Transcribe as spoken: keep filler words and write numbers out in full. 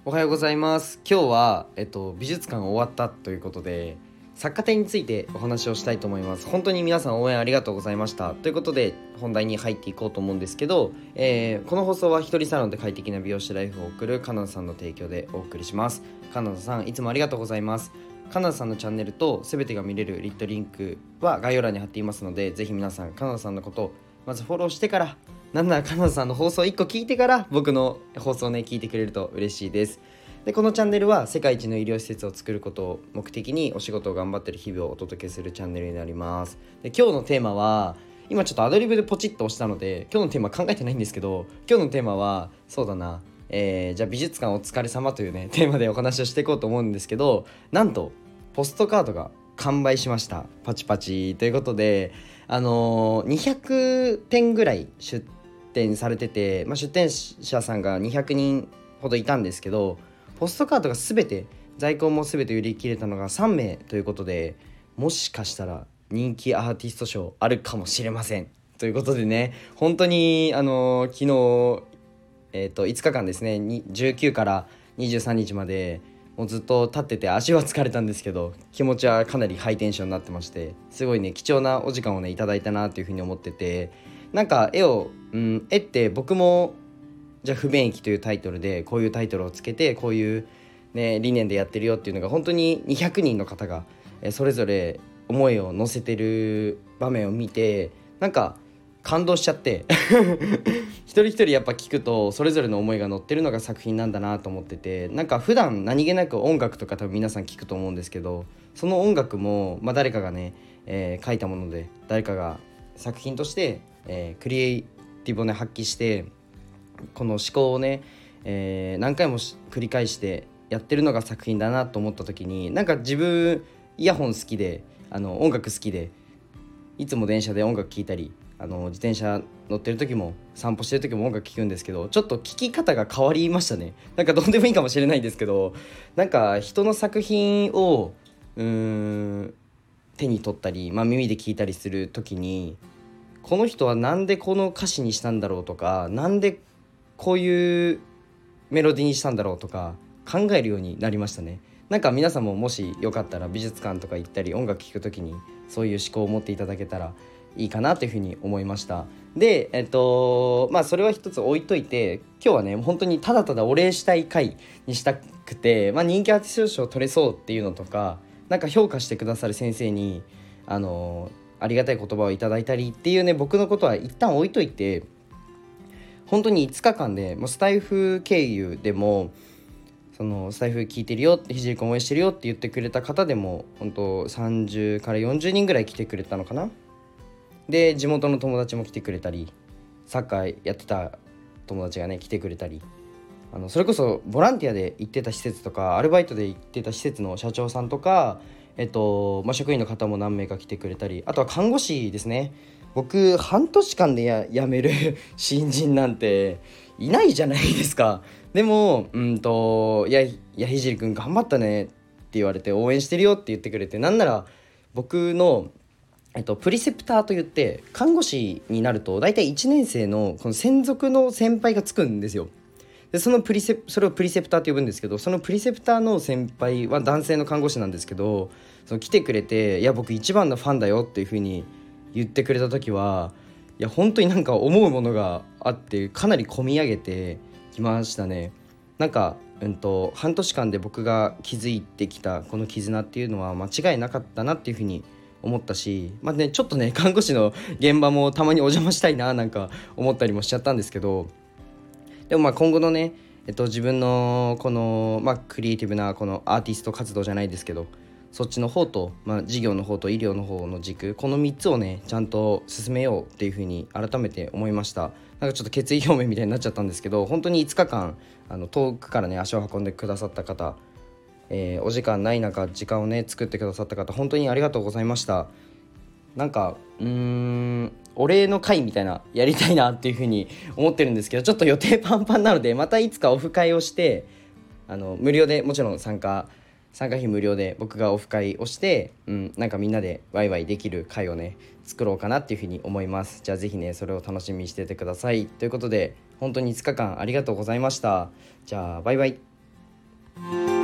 おはようございます。今日は、えっと、美術館終わったということで作家展についてお話をしたいと思います。本当に皆さん応援ありがとうございましたということで本題に入っていこうと思うんですけど、えー、この放送は一人サロンで快適な美容師ライフを送るカナダさんの提供でお送りします。カナダさんいつもありがとうございます。カナダさんのチャンネルと全てが見れるリットリンクは概要欄に貼っていますので、ぜひ皆さんカナダさんのことをまずフォローしてから、なんならカナダさんの放送いっこ聞いてから僕の放送をね聞いてくれると嬉しいです。でこのチャンネルは世界一の医療施設を作ることを目的にお仕事を頑張っている日々をお届けするチャンネルになります。で今日のテーマは、今ちょっとアドリブでポチッと押したので今日のテーマ考えてないんですけど、今日のテーマはそうだな、えー、じゃあ美術館お疲れ様というねテーマでお話をしていこうと思うんですけど、なんとポストカードが完売しました。パチパチということで、あのー、にひゃくてんぐらい出展されてて、まあ、出展者さんがにひゃくにんほどいたんですけど、ポストカードが全て在庫も全て売り切れたのがさんめいということで、もしかしたら人気アーティスト賞あるかもしれませんということでね、本当にあの昨日、えー、といつかかんですね、じゅうくからにじゅうさんにちまでもうずっと立ってて足は疲れたんですけど、気持ちはかなりハイテンションになってまして、すごいね貴重なお時間をねいただいたなというふうに思ってて、なんか絵を、うん、絵って僕もじゃあ不便益というタイトルでこういうタイトルをつけてこういう、ね、理念でやってるよっていうのが本当ににひゃくにんの方がそれぞれ思いを乗せてる場面を見て、なんか感動しちゃって一人一人やっぱ聞くとそれぞれの思いが乗ってるのが作品なんだなと思ってて、なんか普段何気なく音楽とか多分皆さん聞くと思うんですけど、その音楽も、まあ、誰かがね、えー、書いたもので誰かが作品として、えー、クリエイティブをね発揮してこの思考をね、えー、何回も繰り返してやってるのが作品だなと思った時に、なんか自分イヤホン好きで、あの音楽好きで、いつも電車で音楽聴いたり、あの自転車乗ってる時も散歩してる時も音楽聴くんですけど、ちょっと聴き方が変わりましたね。なんかどうでもいいかもしれないんですけど、なんか人の作品をうーん手に取ったり、まあ、耳で聞いたりする時に、この人はなんでこの歌詞にしたんだろうとか、なんでこういうメロディーにしたんだろうとか考えるようになりましたね。なんか皆さんももしよかったら美術館とか行ったり音楽聴くときにそういう思考を持っていただけたらいいかなというふうに思いました。でえっとまあそれは一つ置いといて、今日はね本当にただただお礼したい回にしたくて、まあ、人気アーティスト賞を取れそうっていうのとか、なんか評価してくださる先生にあのありがたい言葉をいただいたりっていうね、僕のことは一旦置いといて、本当にいつかかんでもうスタイフ経由でも、そのスタイフ聞いてるよって、ひじりくん応援してるよって言ってくれた方でも本当さんじゅうからよんじゅうにんぐらい来てくれたのかな。で地元の友達も来てくれたり、サッカーやってた友達がね来てくれたり、あのそれこそボランティアで行ってた施設とかアルバイトで行ってた施設の社長さんとか、えっとまあ、職員の方も何名か来てくれたり、あとは看護師ですね。僕半年間で や, 辞める新人なんていないじゃないですか。でもうんといやいやひじりくん頑張ったねって言われて、応援してるよって言ってくれて、なんなら僕のえっと、プリセプターといって看護師になると大体いちねん生のこの専属の先輩がつくんですよ。でそのプリセそれをプリセプターと呼ぶんですけど、そのプリセプターの先輩は男性の看護師なんですけど、その来てくれて、いや僕一番のファンだよっていう風に言ってくれた時は、いや本当になんか思うものがあってかなり込み上げてきましたね。なんか、うんと、半年間で僕が築いてきたこの絆っていうのは間違いなかったなっていう風に思ったし、まあね、ちょっとね看護師の現場もたまにお邪魔したいななんか思ったりもしちゃったんですけど、でもまあ今後のね、えっと、自分のこの、まあ、クリエイティブなこのアーティスト活動じゃないですけど、そっちの方と、まあ、事業の方と医療の方の軸、このみっつをねちゃんと進めようっていうふうに改めて思いました。なんかちょっと決意表明みたいになっちゃったんですけど、本当にいつかかんあの遠くからね足を運んでくださった方、えー、お時間ない中時間をね作ってくださった方、本当にありがとうございました。なんかうーんお礼の会みたいなやりたいなっていう風に思ってるんですけど、ちょっと予定パンパンなので、またいつかオフ会をして、あの無料でもちろん参加参加費無料で僕がオフ会をして、うん、なんかみんなでワイワイできる会をね作ろうかなっていう風に思います。じゃあぜひねそれを楽しみにしててくださいということで、本当にいつかかんありがとうございました。じゃあバイバイ。 した。